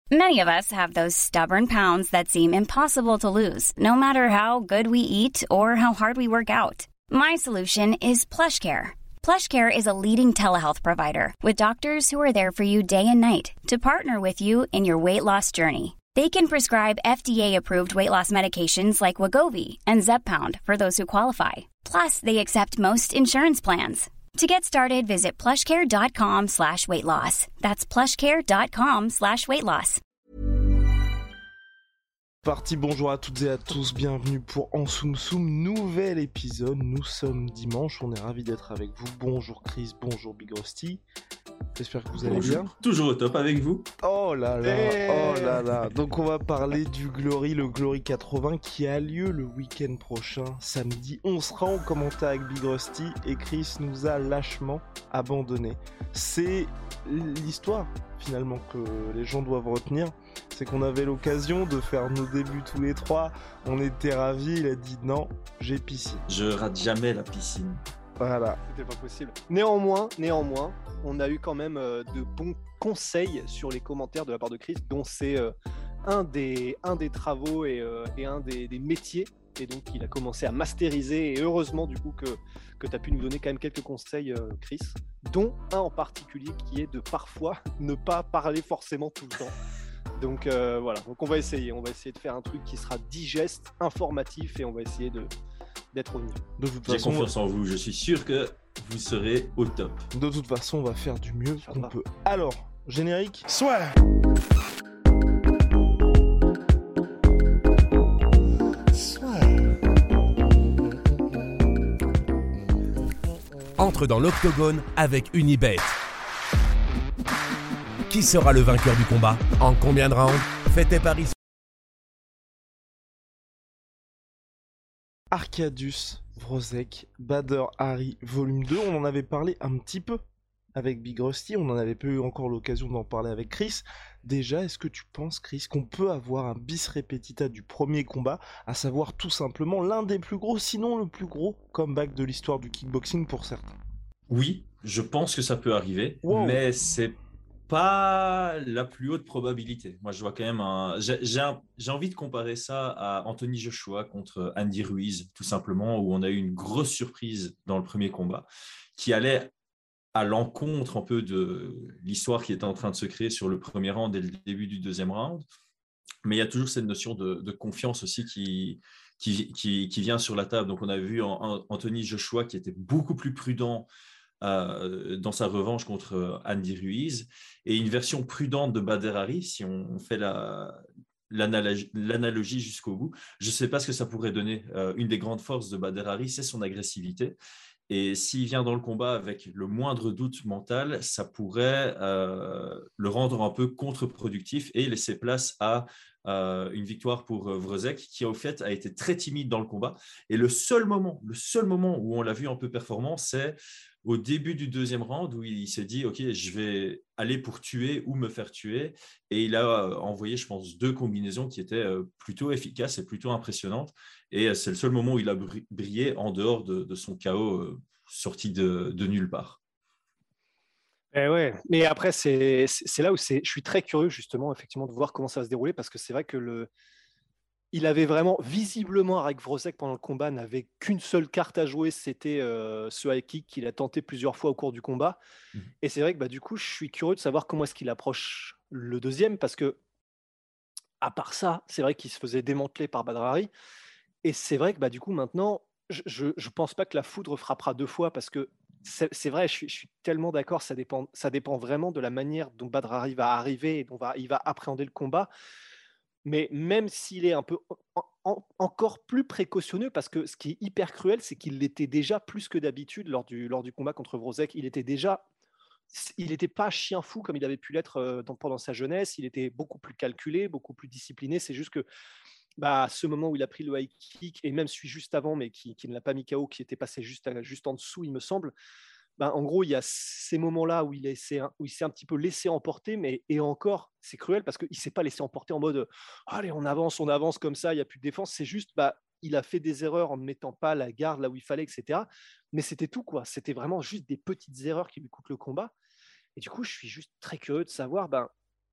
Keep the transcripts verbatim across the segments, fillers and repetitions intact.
Many of us have those stubborn pounds that seem impossible to lose, no matter how good we eat or how hard we work out. My solution is PlushCare. PlushCare is a leading telehealth provider with doctors who are there for you day and night to partner with you in your weight loss journey. They can prescribe F D A-approved weight loss medications like Wegovy and Zepbound for those who qualify. Plus, they accept most insurance plans. To get started, visit plushcare.com slash weight loss. That's plushcare.com slash weight loss. Parti, bonjour à toutes et à tous, bienvenue pour En Soum Soum, nouvel épisode. Nous sommes dimanche, on est ravis d'être avec vous. Bonjour Chris, bonjour Big Rusty. J'espère que vous allez bonjour. bien. Toujours au top avec vous. Oh là là, hey oh là là. Donc on va parler du Glory, le Glory quatre-vingts qui a lieu le week-end prochain, samedi. On sera en commentaire avec Big Rusty et Chris nous a lâchement abandonnés. C'est l'histoire finalement que les gens doivent retenir. C'est qu'on avait l'occasion de faire nos débuts tous les trois. On était ravis, il a dit non, j'ai piscine. Je rate jamais la piscine. Voilà. C'était pas possible. Néanmoins, néanmoins, on a eu quand même euh, de bons conseils sur les commentaires de la part de Chris, dont c'est euh, un, des, un des travaux et, euh, et un des, des métiers. Et donc, il a commencé à masteriser. Et heureusement, du coup, que, que tu as pu nous donner quand même quelques conseils, euh, Chris, dont un en particulier qui est de parfois ne pas parler forcément tout le temps. Donc euh, voilà, donc on va essayer, on va essayer de faire un truc qui sera digeste, informatif, et on va essayer de d'être au niveau. De toute J'ai façon, confiance en vous, je suis sûr que vous serez au top. De toute façon, on va faire du mieux Ça qu'on va. peut. Alors, générique. Soit. Entre dans l'octogone avec Unibet. Qui sera le vainqueur du combat? En combien de rounds? Fais tes paris. Arkadiusz Wozek, Badr Hari, volume deux. On en avait parlé un petit peu avec Big Rusty. On n'en avait pas eu encore l'occasion d'en parler avec Chris. Déjà, est-ce que tu penses, Chris, qu'on peut avoir un bis repetita du premier combat, à savoir tout simplement l'un des plus gros, sinon le plus gros comeback de l'histoire du kickboxing pour certains? Oui, je pense que ça peut arriver, Wow. mais c'est pas la plus haute probabilité. Moi, je vois quand même un... J'ai, j'ai, un... j'ai envie de comparer ça à Anthony Joshua contre Andy Ruiz, tout simplement, où on a eu une grosse surprise dans le premier combat, qui allait à l'encontre un peu de l'histoire qui était en train de se créer sur le premier round et le début du deuxième round. Mais il y a toujours cette notion de, de confiance aussi qui, qui, qui, qui vient sur la table. Donc, on a vu en, en, Anthony Joshua qui était beaucoup plus prudent Euh, dans sa revanche contre Andy Ruiz, et une version prudente de Badr Hari, si on fait la, l'analogie, l'analogie jusqu'au bout. Je ne sais pas ce que ça pourrait donner. Euh, une des grandes forces de Badr Hari, c'est son agressivité. Et s'il vient dans le combat avec le moindre doute mental, ça pourrait euh, le rendre un peu contre-productif et laisser place à euh, une victoire pour Wozek, qui au fait a été très timide dans le combat. Et le seul moment, le seul moment où on l'a vu un peu performant, c'est au début du deuxième round où il s'est dit « Ok, je vais aller pour tuer ou me faire tuer ». Et il a envoyé, je pense, deux combinaisons qui étaient plutôt efficaces et plutôt impressionnantes. Et c'est le seul moment où il a brillé en dehors de, de son K O sorti de, de nulle part. Eh ouais, mais après, c'est, c'est, c'est là où c'est, je suis très curieux justement, effectivement, de voir comment ça va se dérouler, parce que c'est vrai que le... Il avait vraiment, visiblement, Arek Wozek, pendant le combat, n'avait qu'une seule carte à jouer, c'était euh, ce high kick qu'il a tenté plusieurs fois au cours du combat. Mmh. Et c'est vrai que bah, du coup, je suis curieux de savoir comment est-ce qu'il approche le deuxième, parce que, à part ça, c'est vrai qu'il se faisait démanteler par Badr Hari. Et c'est vrai que bah, du coup, maintenant, je ne pense pas que la foudre frappera deux fois, parce que c'est, c'est vrai, je suis, je suis tellement d'accord, ça dépend, ça dépend vraiment de la manière dont Badr Hari va arriver et dont va, il va appréhender le combat. Mais même s'il est un peu en, en, encore plus précautionneux, parce que ce qui est hyper cruel, c'est qu'il l'était déjà plus que d'habitude lors du, lors du combat contre Wozek. Il était déjà, il n'était pas chien fou comme il avait pu l'être euh, dans, pendant sa jeunesse. Il était beaucoup plus calculé, beaucoup plus discipliné. C'est juste que bah, ce moment où il a pris le high kick, et même celui juste avant, mais qui, qui ne l'a pas mis K O, qui était passé juste, à, juste en dessous, il me semble. Ben, en gros, il y a ces moments-là où il, laissé, où il s'est un petit peu laissé emporter, mais et encore, c'est cruel parce qu'il ne s'est pas laissé emporter en mode « Allez, on avance, on avance comme ça, il n'y a plus de défense ». C'est juste, bah, il a fait des erreurs en ne mettant pas la garde là où il fallait, et cetera. Mais c'était tout, quoi. C'était vraiment juste des petites erreurs qui lui coûtent le combat. Et du coup, je suis juste très curieux de savoir, ben,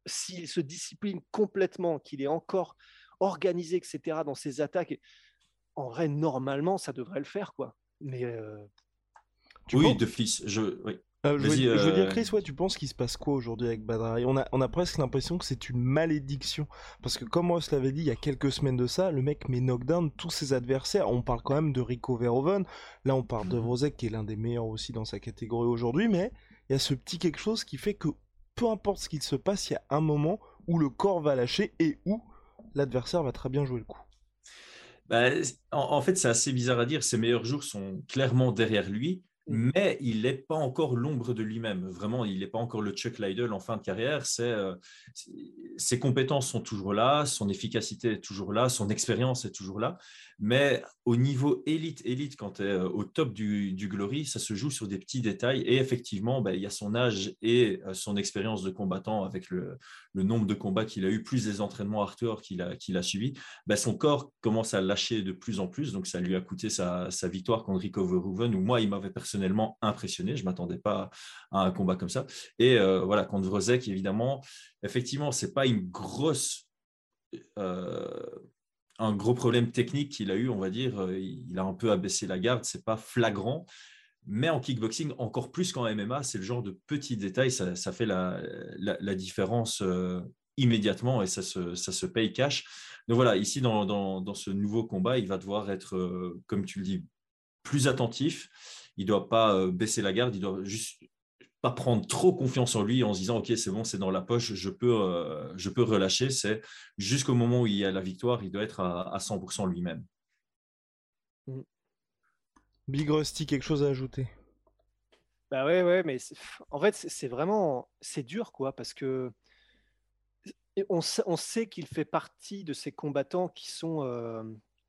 s'il se discipline complètement, qu'il est encore organisé, et cetera, dans ses attaques, en vrai, normalement, ça devrait le faire, quoi. Mais euh, oui, penses... d'office. Je... Oui. Euh, je, veux, euh... je veux dire, Chris, ouais, tu penses qu'il se passe quoi aujourd'hui avec Badrari? on a, on a presque l'impression que c'est une malédiction. Parce que comme moi, je l'avais dit il y a quelques semaines de ça, le mec met knockdown tous ses adversaires. On parle quand même de Rico Verhoeven. Là, on parle de Wrozek, qui est l'un des meilleurs aussi dans sa catégorie aujourd'hui. Mais il y a ce petit quelque chose qui fait que peu importe ce qu'il se passe, il y a un moment où le corps va lâcher et où l'adversaire va très bien jouer le coup. Bah, en, en fait, c'est assez bizarre à dire. Ses meilleurs jours sont clairement derrière lui. Mais il n'est pas encore l'ombre de lui-même. Vraiment, il n'est pas encore le Chuck Liddell en fin de carrière. C'est, euh, c'est, ses compétences sont toujours là, son efficacité est toujours là, son expérience est toujours là. Mais au niveau élite, élite, quand tu es au top du, du Glory, ça se joue sur des petits détails. Et effectivement, ben, il y a son âge et son expérience de combattant avec le, le nombre de combats qu'il a eu, plus les entraînements hardcore qu'il a, qu'il a suivis. Ben, son corps commence à lâcher de plus en plus. Donc, ça lui a coûté sa, sa victoire contre Rico Verhoeven, où moi, il m'avait personnellement personnellement impressionné. Je ne m'attendais pas à un combat comme ça. Et euh, voilà, contre Wrozek, évidemment, effectivement, ce n'est pas une grosse, euh, un gros problème technique qu'il a eu, on va dire. Il a un peu abaissé la garde, ce n'est pas flagrant. Mais en kickboxing, encore plus qu'en M M A, c'est le genre de petits détails, ça, ça fait la, la, la différence euh, immédiatement et ça se, ça se paye cash. Donc voilà, ici, dans, dans, dans ce nouveau combat, il va devoir être, euh, comme tu le dis, plus attentif. Il ne doit pas euh, baisser la garde, il doit juste pas prendre trop confiance en lui en se disant « Ok, c'est bon, c'est dans la poche, je peux, euh, je peux relâcher ». C'est jusqu'au moment où il y a la victoire, il doit être à, à cent pour cent lui-même. Big Rusty, quelque chose à ajouter? Bah ouais, ouais, mais en fait, c'est vraiment... C'est dur, quoi, parce que on sait, on sait qu'il fait partie de ces combattants qui sont... Euh...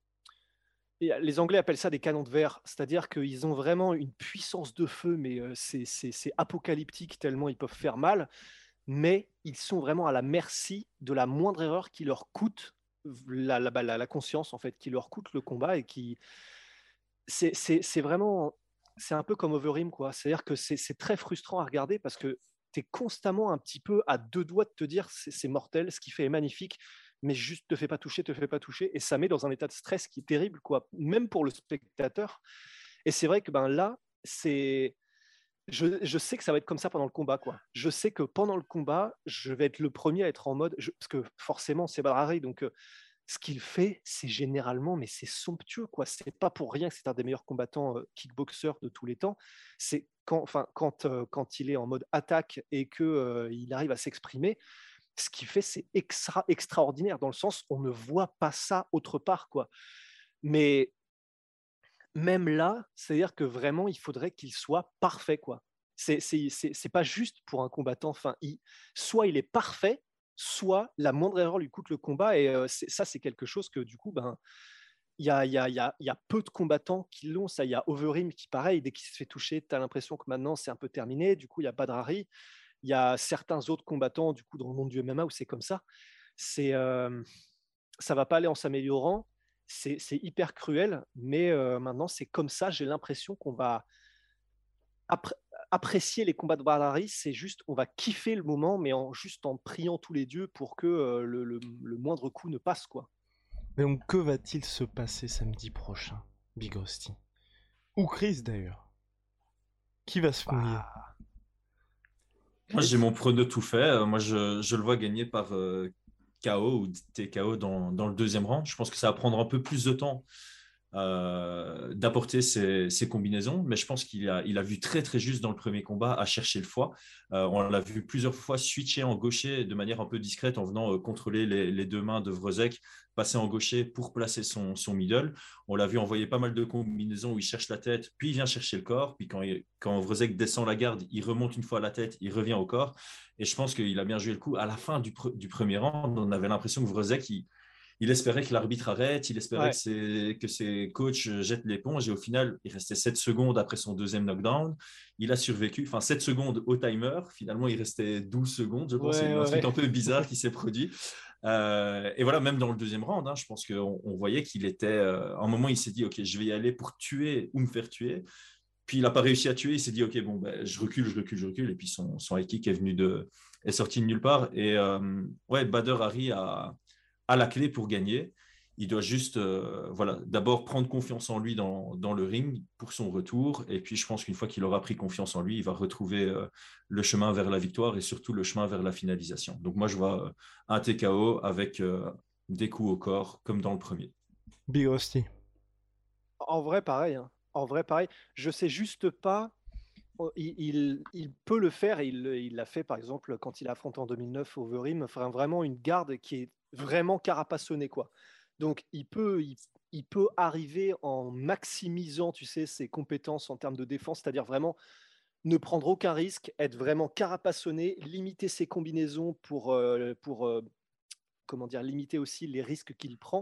Et les Anglais appellent ça des canons de verre, c'est-à-dire qu'ils ont vraiment une puissance de feu, mais c'est, c'est, c'est apocalyptique tellement ils peuvent faire mal, mais ils sont vraiment à la merci de la moindre erreur qui leur coûte la, la, la, la conscience, en fait, qui leur coûte le combat et qui... C'est, c'est, c'est vraiment... C'est un peu comme Overeem, quoi. C'est-à-dire que c'est, c'est très frustrant à regarder parce que tu es constamment un petit peu à deux doigts de te dire c'est, c'est mortel, ce qu'il fait est magnifique, mais juste te fais pas toucher, te fais pas toucher, et ça met dans un état de stress qui est terrible, quoi, même pour le spectateur. Et c'est vrai que ben là, c'est, je, je sais que ça va être comme ça pendant le combat, quoi. Je sais que pendant le combat, je vais être le premier à être en mode, je... parce que forcément c'est Badrari, donc euh, ce qu'il fait, c'est généralement, mais c'est somptueux, quoi. C'est pas pour rien que c'est un des meilleurs combattants euh, kickboxers de tous les temps. C'est quand, enfin, quand, euh, quand il est en mode attaque et que euh, il arrive à s'exprimer. Ce qu'il fait, c'est extra, extraordinaire dans le sens on ne voit pas ça autre part, quoi. Mais même là, c'est-à-dire que vraiment, il faudrait qu'il soit parfait, quoi. C'est, c'est, c'est, c'est pas juste pour un combattant. Enfin, il, soit il est parfait, soit la moindre erreur lui coûte le combat. Et euh, c'est, ça, c'est quelque chose que du coup, ben, il y a, y, a, y, a, y a peu de combattants qui l'ont. Ça, il y a Overeem qui, pareil, dès qu'il se fait toucher, tu as l'impression que maintenant c'est un peu terminé. Du coup, il y a Badrari. Il y a certains autres combattants du coup dans le monde du M M A où c'est comme ça. C'est, euh, ça va pas aller en s'améliorant. C'est, c'est hyper cruel, mais euh, maintenant c'est comme ça. J'ai l'impression qu'on va appré- apprécier les combats de Badrari. C'est juste, on va kiffer le moment, mais en juste en priant tous les dieux pour que euh, le, le, le moindre coup ne passe, quoi. Mais donc que va-t-il se passer samedi prochain, Big Rusty? Ou Chris d'ailleurs? Qui va se mouiller? Bah... Moi, j'ai mon prono tout fait. Moi, je, je le vois gagner par euh, K O ou T K O dans, dans le deuxième round. Je pense que ça va prendre un peu plus de temps euh, d'apporter ses, ses combinaisons, mais je pense qu'il a, il a vu très, très juste dans le premier combat à chercher le foie. Euh, on l'a vu plusieurs fois switcher en gaucher de manière un peu discrète en venant euh, contrôler les, les deux mains de Wrozek, passer en gaucher pour placer son, son middle. On l'a vu envoyer pas mal de combinaisons où il cherche la tête, puis il vient chercher le corps, puis quand, il, quand Wrozek descend la garde, il remonte une fois la tête, il revient au corps. Et je pense qu'il a bien joué le coup. À la fin du, pre, du premier round, on avait l'impression que Wrozek, il, il espérait que l'arbitre arrête, il espérait ouais. que, ses, que ses coachs jettent l'éponge. Et au final, il restait sept secondes après son deuxième knockdown. Il a survécu. Enfin, sept secondes au timer. Finalement, il restait douze secondes. Je pense ouais, qu'il y a eu un ouais. truc un peu bizarre qui s'est produit. Euh, et voilà, même dans le deuxième round, hein, je pense qu'on on voyait qu'il était... Euh, à un moment, il s'est dit, OK, je vais y aller pour tuer ou me faire tuer. Puis il n'a pas réussi à tuer. Il s'est dit, OK, bon, ben, je recule, je recule, je recule. Et puis son, son high kick est venu de, est sorti de nulle part. Et euh, ouais, Badr Hari a, a la clé pour gagner. Il doit juste euh, voilà, d'abord prendre confiance en lui dans, dans le ring pour son retour. Et puis, je pense qu'une fois qu'il aura pris confiance en lui, il va retrouver euh, le chemin vers la victoire et surtout le chemin vers la finalisation. Donc, moi, je vois euh, un T K O avec euh, des coups au corps, comme dans le premier. Big Rusty. En vrai, pareil. Hein. En vrai, pareil. Je sais juste pas. Il, il, il peut le faire. Et il il l'a fait, par exemple, quand il a affronté en deux mille neuf Overeem. Enfin, vraiment une garde qui est vraiment carapassonnée, quoi. Donc, il peut, il, il peut arriver en maximisant, tu sais, ses compétences en termes de défense, c'est-à-dire vraiment ne prendre aucun risque, être vraiment carapassonné, limiter ses combinaisons pour, euh, pour euh, comment dire, limiter aussi les risques qu'il prend.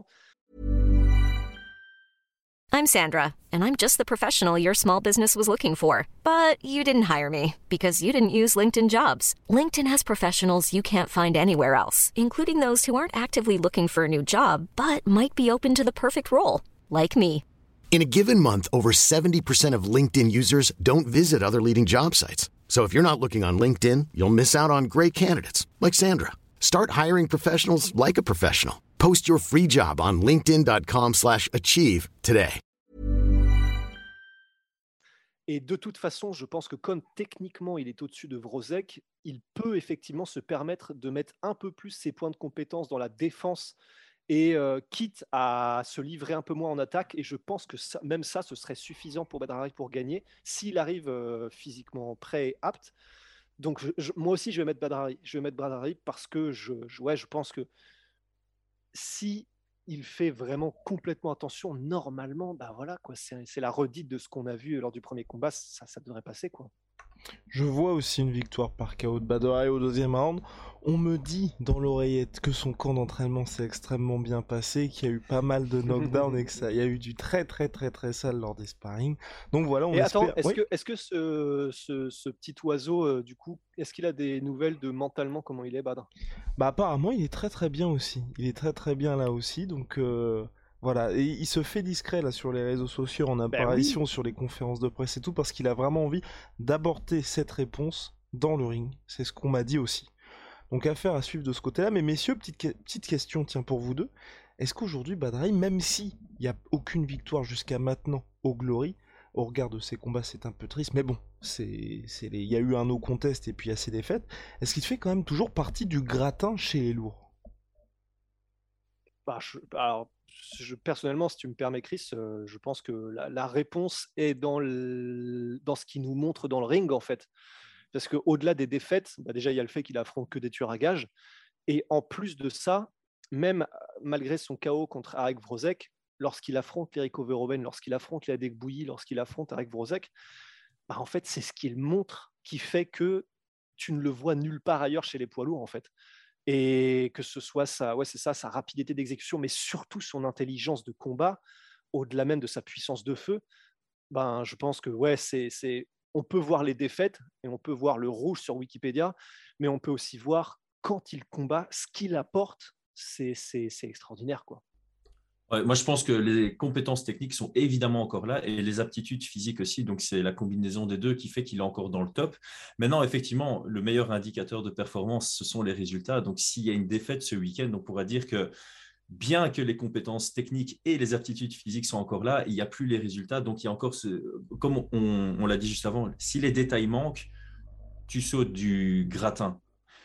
I'm Sandra, and I'm just the professional your small business was looking for. But you didn't hire me because you didn't use LinkedIn Jobs. LinkedIn has professionals you can't find anywhere else, including those who aren't actively looking for a new job, but might be open to the perfect role, like me. In a given month, over seventy percent of LinkedIn users don't visit other leading job sites. So if you're not looking on LinkedIn, you'll miss out on great candidates like Sandra. Start hiring professionals like a professional. Post your free job on linkedin dot com slash achieve today. Et de toute façon, je pense que comme techniquement il est au-dessus de Wrozek, il peut effectivement se permettre de mettre un peu plus ses points de compétence dans la défense et euh, quitte à se livrer un peu moins en attaque. Et je pense que ça, même ça, ce serait suffisant pour Badr Hari pour gagner s'il arrive euh, physiquement prêt et apte. Donc je, je, moi aussi, je vais mettre Badr Hari. Je vais mettre Badr Hari parce que je, je, ouais, je pense que si il fait vraiment complètement attention, normalement, bah voilà, quoi, c'est, c'est la redite de ce qu'on a vu lors du premier combat, ça, ça devrait passer, quoi. Je vois aussi une victoire par K O de Badr Hari au deuxième round. On me dit dans l'oreillette que son camp d'entraînement s'est extrêmement bien passé, qu'il y a eu pas mal de knockdowns et que ça, il y a eu du très très très très sale lors des sparring. Donc voilà, on et espère... attends, est-ce oui. que, est-ce que ce, ce, ce petit oiseau, euh, du coup, est-ce qu'il a des nouvelles de mentalement comment il est, Badr ? Bah apparemment il est très très bien aussi. Il est très très bien là aussi, donc... Euh... Voilà, et il se fait discret là sur les réseaux sociaux en apparition, ben oui. Sur les conférences de presse et tout, parce qu'il a vraiment envie d'aborder cette réponse dans le ring. C'est ce qu'on m'a dit aussi. Donc affaire à suivre de ce côté-là. Mais messieurs, petite, que- petite question, tiens, pour vous deux. Est-ce qu'aujourd'hui, Badr Hari, même si il n'y a aucune victoire jusqu'à maintenant au Glory, au regard de ses combats, c'est un peu triste, mais bon, c'est, c'est les... il y a eu un no contest et puis il y a ses défaites, est-ce qu'il fait quand même toujours partie du gratin chez les lourds ? Bah, je, alors, je, personnellement, si tu me permets, Chris, euh, je pense que la, la réponse est dans, le, dans ce qu'il nous montre dans le ring, en fait. Parce qu'au-delà des défaites, bah déjà, il y a le fait qu'il affronte que des tueurs à gages. Et en plus de ça, même malgré son K O contre Arek Wrozek, lorsqu'il affronte Eric Overeem, lorsqu'il affronte Ladek Bouilly, lorsqu'il affronte Arek Wrozek, bah, en fait, c'est ce qu'il montre qui fait que tu ne le vois nulle part ailleurs chez les poids lourds, en fait. Et que ce soit sa, ouais, c'est ça, sa rapidité d'exécution, mais surtout son intelligence de combat, au-delà même de sa puissance de feu, ben, je pense que ouais, c'est, c'est, on peut voir les défaites et on peut voir le rouge sur Wikipédia, mais on peut aussi voir quand il combat, ce qu'il apporte, c'est, c'est, c'est extraordinaire, quoi. Ouais, moi, je pense que les compétences techniques sont évidemment encore là et les aptitudes physiques aussi. Donc, c'est la combinaison des deux qui fait qu'il est encore dans le top. Maintenant, effectivement, le meilleur indicateur de performance, ce sont les résultats. Donc, s'il y a une défaite ce week-end, on pourra dire que bien que les compétences techniques et les aptitudes physiques sont encore là, il n'y a plus les résultats. Donc, il y a encore ce... Comme on, on l'a dit juste avant, si les détails manquent, tu sautes du gratin.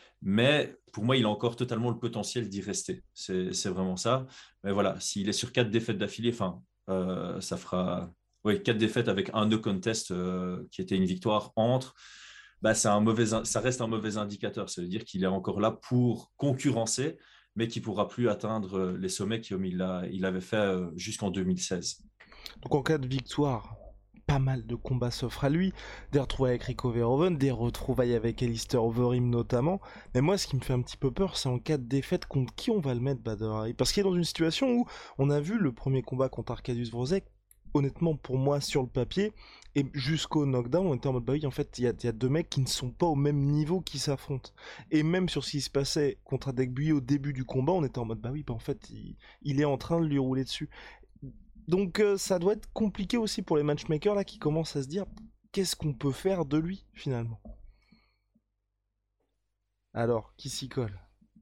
Mais pour moi, il a encore totalement le potentiel d'y rester. C'est, c'est vraiment ça. Mais voilà, s'il est sur quatre défaites d'affilée, enfin, euh, ça fera oui, quatre défaites avec un no contest euh, qui était une victoire entre, bah, c'est un mauvais, ça reste un mauvais indicateur. Ça veut dire qu'il est encore là pour concurrencer, mais qui ne pourra plus atteindre les sommets comme il, a, il avait fait jusqu'en deux mille seize. Donc en cas de victoire, pas mal de combats s'offrent à lui, des retrouvailles avec Rick Overeem, des retrouvailles avec Alistair Overeem notamment, mais moi ce qui me fait un petit peu peur, c'est en cas de défaite contre qui on va le mettre, Badr Hari, parce qu'il est dans une situation où on a vu le premier combat contre Arkadiusz Wrozek, honnêtement pour moi sur le papier, et jusqu'au knockdown, on était en mode bah oui en fait il y, y a deux mecs qui ne sont pas au même niveau qui s'affrontent, et même sur ce qui se passait contre Ladek Bouilly au début du combat, on était en mode bah oui bah en fait il, il est en train de lui rouler dessus. Donc euh, ça doit être compliqué aussi pour les matchmakers là qui commencent à se dire qu'est-ce qu'on peut faire de lui finalement. Alors, qui s'y colle?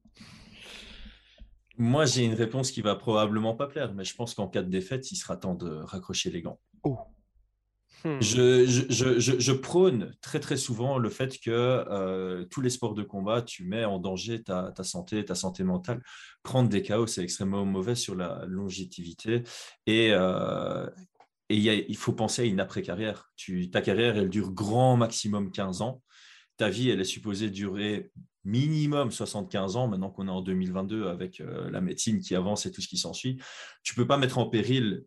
Moi, j'ai une réponse qui va probablement pas plaire, mais je pense qu'en cas de défaite, il sera temps de raccrocher les gants. Oh. Hmm. Je, je, je, je, je prône très très souvent le fait que euh, tous les sports de combat, tu mets en danger ta, ta santé, ta santé mentale. Prendre des K O, c'est extrêmement mauvais sur la longévité. Et, euh, et il, y a, il faut penser à une après-carrière. Tu, ta carrière, elle dure grand maximum quinze ans. Ta vie, elle est supposée durer minimum soixante-quinze ans, maintenant qu'on est en deux mille vingt-deux avec euh, la médecine qui avance et tout ce qui s'ensuit. Tu ne peux pas mettre en péril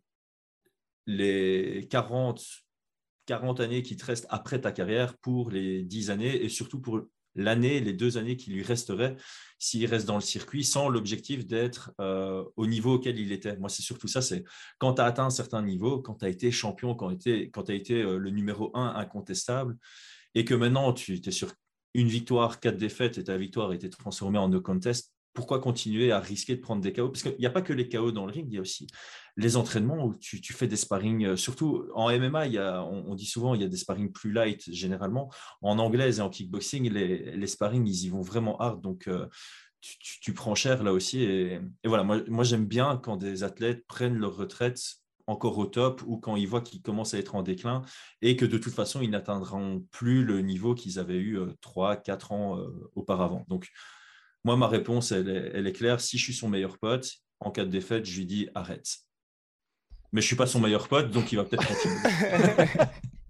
les quarante, quarante années qui te restent après ta carrière pour les dix années et surtout pour l'année, les deux années qui lui resteraient s'il reste dans le circuit sans l'objectif d'être euh, au niveau auquel il était. Moi, c'est surtout ça, c'est quand tu as atteint un certain niveau, quand tu as été champion, quand tu as été euh, le numéro un incontestable et que maintenant tu es sur une victoire, quatre défaites et ta victoire a été transformée en no contest, pourquoi continuer à risquer de prendre des K O? Parce qu'il n'y a pas que les K O dans le ring, il y a aussi les entraînements où tu, tu fais des sparring, surtout en M M A, il y a, on, on dit souvent il y a des sparring plus light généralement. En anglaise et en kickboxing, les, les sparring, ils y vont vraiment hard, donc euh, tu, tu, tu prends cher là aussi. Et, et voilà, moi, moi j'aime bien quand des athlètes prennent leur retraite encore au top ou quand ils voient qu'ils commencent à être en déclin et que de toute façon, ils n'atteindront plus le niveau qu'ils avaient eu trois quatre ans euh, auparavant. Donc, moi, ma réponse, elle est, elle est claire. Si je suis son meilleur pote, en cas de défaite, je lui dis arrête. Mais je ne suis pas son meilleur pote, donc il va peut-être continuer.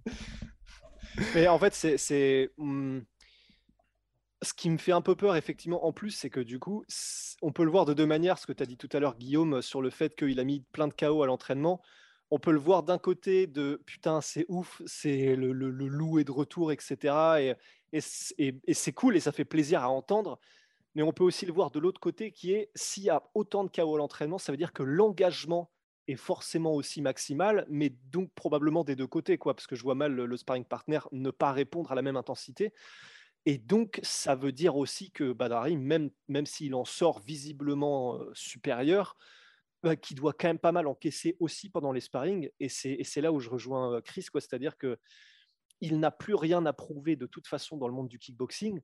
Mais en fait, c'est, c'est hum, ce qui me fait un peu peur, effectivement, en plus, c'est que du coup, on peut le voir de deux manières. Ce que tu as dit tout à l'heure, Guillaume, sur le fait qu'il a mis plein de K O à l'entraînement. On peut le voir d'un côté de putain, c'est ouf, c'est le, le, le loup est de retour, et cetera. Et, et, et, et c'est cool et ça fait plaisir à entendre. Mais on peut aussi le voir de l'autre côté qui est s'il y a autant de K O à l'entraînement, ça veut dire que l'engagement est forcément aussi maximal, mais donc probablement des deux côtés, quoi, parce que je vois mal le, le sparring partner ne pas répondre à la même intensité. Et donc, ça veut dire aussi que Badari, même, même s'il en sort visiblement euh, supérieur, bah, qui doit quand même pas mal encaisser aussi pendant les sparring. Et c'est, et c'est là où je rejoins Chris, quoi, c'est-à-dire qu'il n'a plus rien à prouver de toute façon dans le monde du kickboxing.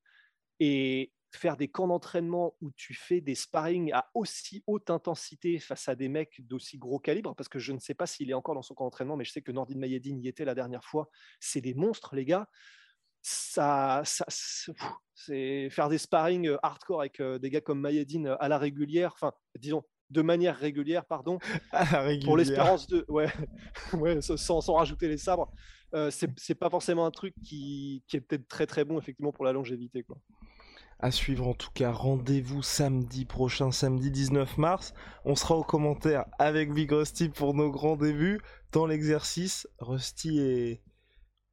Et faire des camps d'entraînement où tu fais des sparring à aussi haute intensité face à des mecs d'aussi gros calibre, parce que je ne sais pas s'il est encore dans son camp d'entraînement, mais je sais que Nordin Mayedine y était la dernière fois. C'est des monstres, les gars. Ça, ça, c'est faire des sparring hardcore avec des gars comme Mayedine à la régulière, enfin, disons, de manière régulière, pardon, à la régulière. Pour l'espérance de... Ouais, ouais sans, sans rajouter les sabres. Euh, c'est, c'est pas forcément un truc qui, qui est peut-être très très bon, effectivement, pour la longévité, quoi. À suivre en tout cas, rendez-vous samedi prochain, samedi dix-neuf mars. On sera aux commentaires avec Big Rusty pour nos grands débuts. Dans l'exercice, Rusty est confiant ?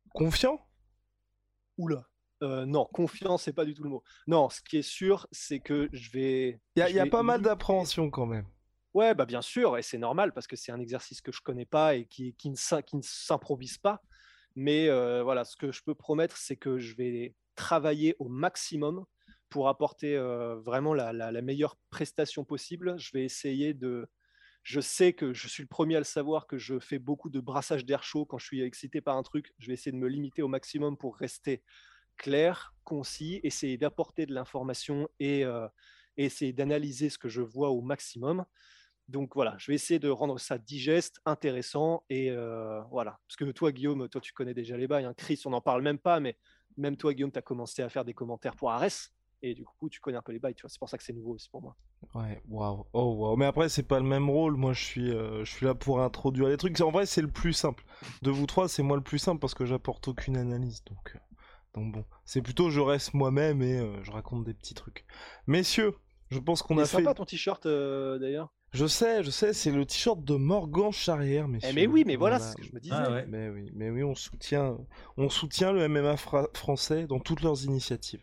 Oula, euh, non, confiant, c'est pas du tout le mot. Non, ce qui est sûr, c'est que je vais... Il y a, je y a vais pas mal limiter... d'appréhension quand même. Ouais, bah bien sûr, et c'est normal parce que c'est un exercice que je connais pas et qui, qui, ne, qui ne s'improvise pas. Mais euh, voilà, ce que je peux promettre, c'est que je vais travailler au maximum pour apporter euh, vraiment la, la, la meilleure prestation possible. Je vais essayer de... Je sais que je suis le premier à le savoir, que je fais beaucoup de brassage d'air chaud quand je suis excité par un truc. Je vais essayer de me limiter au maximum pour rester clair, concis, essayer d'apporter de l'information et, euh, et essayer d'analyser ce que je vois au maximum. Donc voilà, je vais essayer de rendre ça digeste, intéressant et euh, voilà. Parce que toi, Guillaume, toi, tu connais déjà les bails. Hein. Chris, on n'en parle même pas, mais même toi, Guillaume, tu as commencé à faire des commentaires pour Ares. Et du coup, tu connais un peu les bails, tu vois. C'est pour ça que c'est nouveau aussi pour moi. Ouais, waouh, oh waouh. Mais après, c'est pas le même rôle. Moi, je suis, euh, je suis là pour introduire les trucs. En vrai, c'est le plus simple. De vous trois, c'est moi le plus simple parce que j'apporte aucune analyse. Donc, euh, donc bon, c'est plutôt je reste moi-même et euh, je raconte des petits trucs. Messieurs, je pense qu'on Il a est fait. C'est sympa ton t-shirt euh, d'ailleurs. Je sais, je sais, c'est le t-shirt de Morgan Charrière, messieurs. Eh mais oui, mais voilà, voilà. C'est ce que je me disais. Ah ouais. Mais oui, mais oui, on soutient, on soutient le M M A fra- français dans toutes leurs initiatives.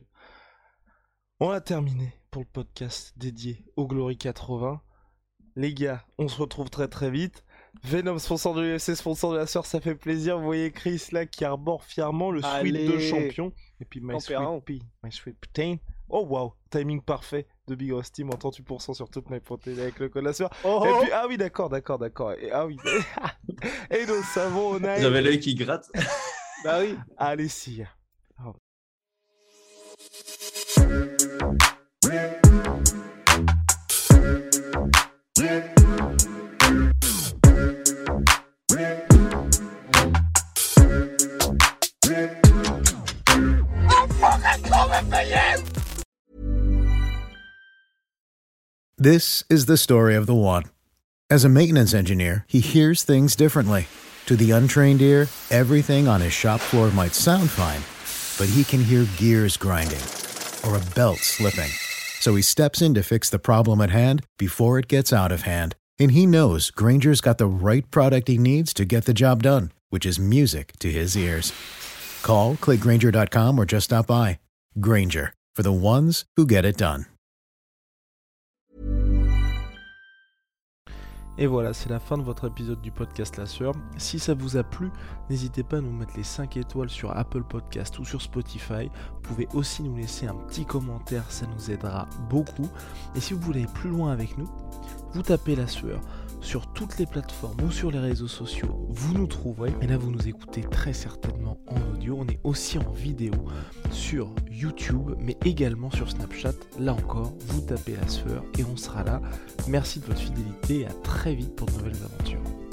On a terminé pour le podcast dédié au Glory quatre-vingts. Les gars, on se retrouve très très vite. Venom, sponsor de l'U F C, sponsor de la soeur, ça fait plaisir. Vous voyez Chris là qui arbore fièrement le Allez. sweat de champion. Et puis my Tempérant. sweet pea, my sweet protein. Oh wow, timing parfait de Big Rusty, moins trente-huit pour cent sur toute my protéine avec le code la sueur. Oh, Et oh. puis, ah oui, d'accord, d'accord, d'accord. Et, ah oui. Et nos savons, on a. J'avais l'œil qui gratte. Bah oui. Allez, si. Oh. This is the story of the one. As a maintenance engineer, he hears things differently. To the untrained ear, everything on his shop floor might sound fine, but he can hear gears grinding or a belt slipping. So he steps in to fix the problem at hand before it gets out of hand. And he knows Grainger's got the right product he needs to get the job done, which is music to his ears. Call, click Grainger dot com, or just stop by. Grainger, for the ones who get it done. Et voilà, c'est la fin de votre épisode du podcast La Sueur. Si ça vous a plu, n'hésitez pas à nous mettre les cinq étoiles sur Apple Podcast ou sur Spotify. Vous pouvez aussi nous laisser un petit commentaire, ça nous aidera beaucoup. Et si vous voulez aller plus loin avec nous, vous tapez La Sueur sur toutes les plateformes ou sur les réseaux sociaux, vous nous trouverez. Et là, vous nous écoutez très certainement en audio. On est aussi en vidéo sur YouTube, mais également sur Snapchat. Là encore, vous tapez La Sueur et on sera là. Merci de votre fidélité et à très vite pour de nouvelles aventures.